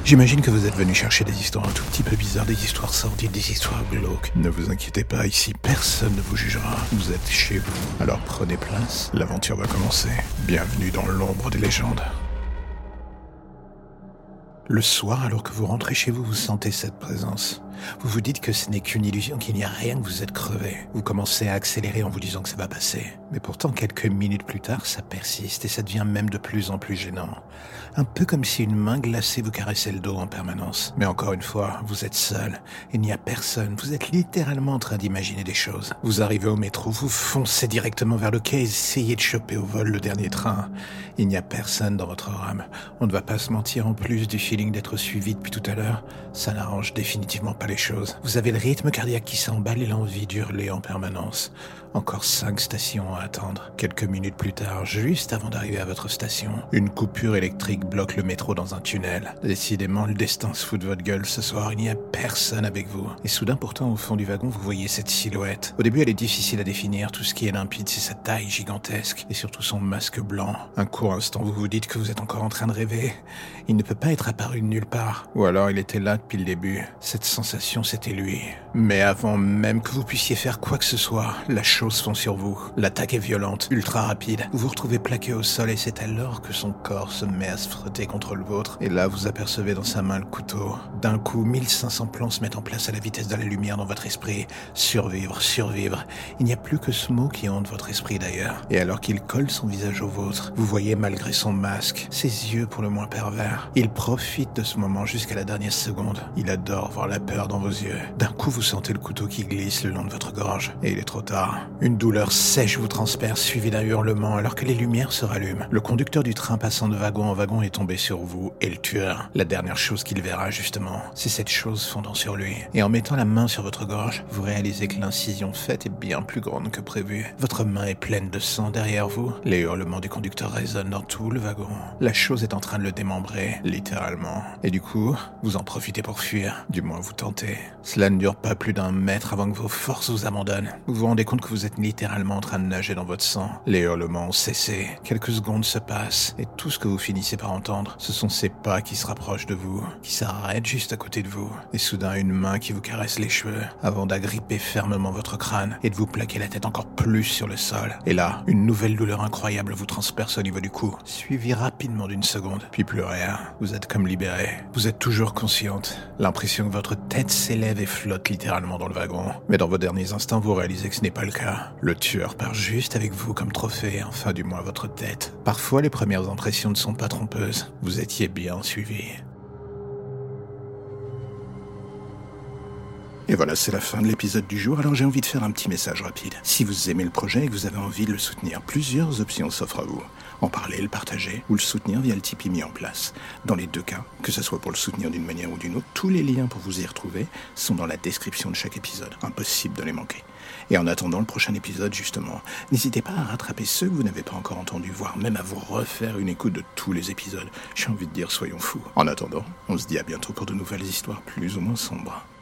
J'imagine que vous êtes venu chercher des histoires un tout petit peu bizarres, des histoires sordides, des histoires glauques. Ne vous inquiétez pas, ici personne ne vous jugera. Vous êtes chez vous, alors prenez place, l'aventure va commencer. Bienvenue dans l'ombre des légendes. Le soir, alors que vous rentrez chez vous, vous sentez cette présence. Vous vous dites que ce n'est qu'une illusion, qu'il n'y a rien, que vous êtes crevé. Vous commencez à accélérer en vous disant que ça va passer. Mais pourtant, quelques minutes plus tard, ça persiste et ça devient même de plus en plus gênant. Un peu comme si une main glacée vous caressait le dos en permanence. Mais encore une fois, vous êtes seul. Il n'y a personne. Vous êtes littéralement en train d'imaginer des choses. Vous arrivez au métro, vous foncez directement vers le quai et essayez de choper au vol le dernier train. Il n'y a personne dans votre rame. On ne va pas se mentir, en plus du feeling d'être suivi depuis tout à l'heure, ça n'arrange définitivement pas les choses. Vous avez le rythme cardiaque qui s'emballe et l'envie d'hurler en permanence. Encore 5 stations à attendre. Quelques minutes plus tard, juste avant d'arriver à votre station, une coupure électrique bloque le métro dans un tunnel. Décidément, le destin se fout de votre gueule ce soir, il n'y a personne avec vous. Et soudain, pourtant, au fond du wagon, vous voyez cette silhouette. Au début, elle est difficile à définir. Tout ce qui est limpide, c'est sa taille gigantesque et surtout son masque blanc. Un court instant, vous vous dites que vous êtes encore en train de rêver. Il ne peut pas être apparu de nulle part. Ou alors, il était là depuis le début. Cette sensation, c'était lui. Mais avant même que vous puissiez faire quoi que ce soit, la chose fond sur vous. L'attaque est violente, ultra rapide. Vous vous retrouvez plaqué au sol et c'est alors que son corps se met à se frotter contre le vôtre. Et là, vous apercevez dans sa main le couteau. D'un coup, 1500 plans se mettent en place à la vitesse de la lumière dans votre esprit. Survivre, survivre. Il n'y a plus que ce mot qui hante votre esprit d'ailleurs. Et alors qu'il colle son visage au vôtre, vous voyez malgré son masque, ses yeux pour le moins pervers. Il profite de ce moment jusqu'à la dernière seconde. Il adore voir la peur dans vos yeux. D'un coup, vous sentez le couteau qui glisse le long de votre gorge. Et il est trop tard. Une douleur sèche vous transperce, suivie d'un hurlement alors que les lumières se rallument. Le conducteur du train passant de wagon en wagon est tombé sur vous et le tueur. La dernière chose qu'il verra justement, c'est cette chose fondant sur lui. Et en mettant la main sur votre gorge, vous réalisez que l'incision faite est bien plus grande que prévu. Votre main est pleine de sang derrière vous. Les hurlements du conducteur résonnent dans tout le wagon. La chose est en train de le démembrer, littéralement. Et du coup, vous en profitez pour fuir. Du moins vous tentez. Cela ne dure pas plus d'un mètre avant que vos forces vous abandonnent. Vous vous rendez compte que vous êtes littéralement en train de nager dans votre sang. Les hurlements ont cessé. Quelques secondes se passent et tout ce que vous finissez par entendre, ce sont ces pas qui se rapprochent de vous, qui s'arrêtent juste à côté de vous. Et soudain, une main qui vous caresse les cheveux avant d'agripper fermement votre crâne et de vous plaquer la tête encore plus sur le sol. Et là, une nouvelle douleur incroyable vous transperce au niveau du cou, suivie rapidement d'une seconde. Puis plus rien. Vous êtes comme libéré. Vous êtes toujours consciente. L'impression que votre tête s'élève et flotte littéralement dans le wagon. Mais dans vos derniers instants, vous réalisez que ce n'est pas le cas. Le tueur part juste avec vous comme trophée, enfin du moins votre tête. Parfois, les premières impressions ne sont pas trompeuses. Vous étiez bien suivi. Et voilà, c'est la fin de l'épisode du jour, alors j'ai envie de faire un petit message rapide. Si vous aimez le projet et que vous avez envie de le soutenir, plusieurs options s'offrent à vous. En parler, le partager ou le soutenir via le Tipeee mis en place. Dans les deux cas, que ce soit pour le soutenir d'une manière ou d'une autre, tous les liens pour vous y retrouver sont dans la description de chaque épisode. Impossible de les manquer. Et en attendant le prochain épisode, justement, n'hésitez pas à rattraper ceux que vous n'avez pas encore entendus, voire même à vous refaire une écoute de tous les épisodes. J'ai envie de dire, soyons fous. En attendant, on se dit à bientôt pour de nouvelles histoires plus ou moins sombres.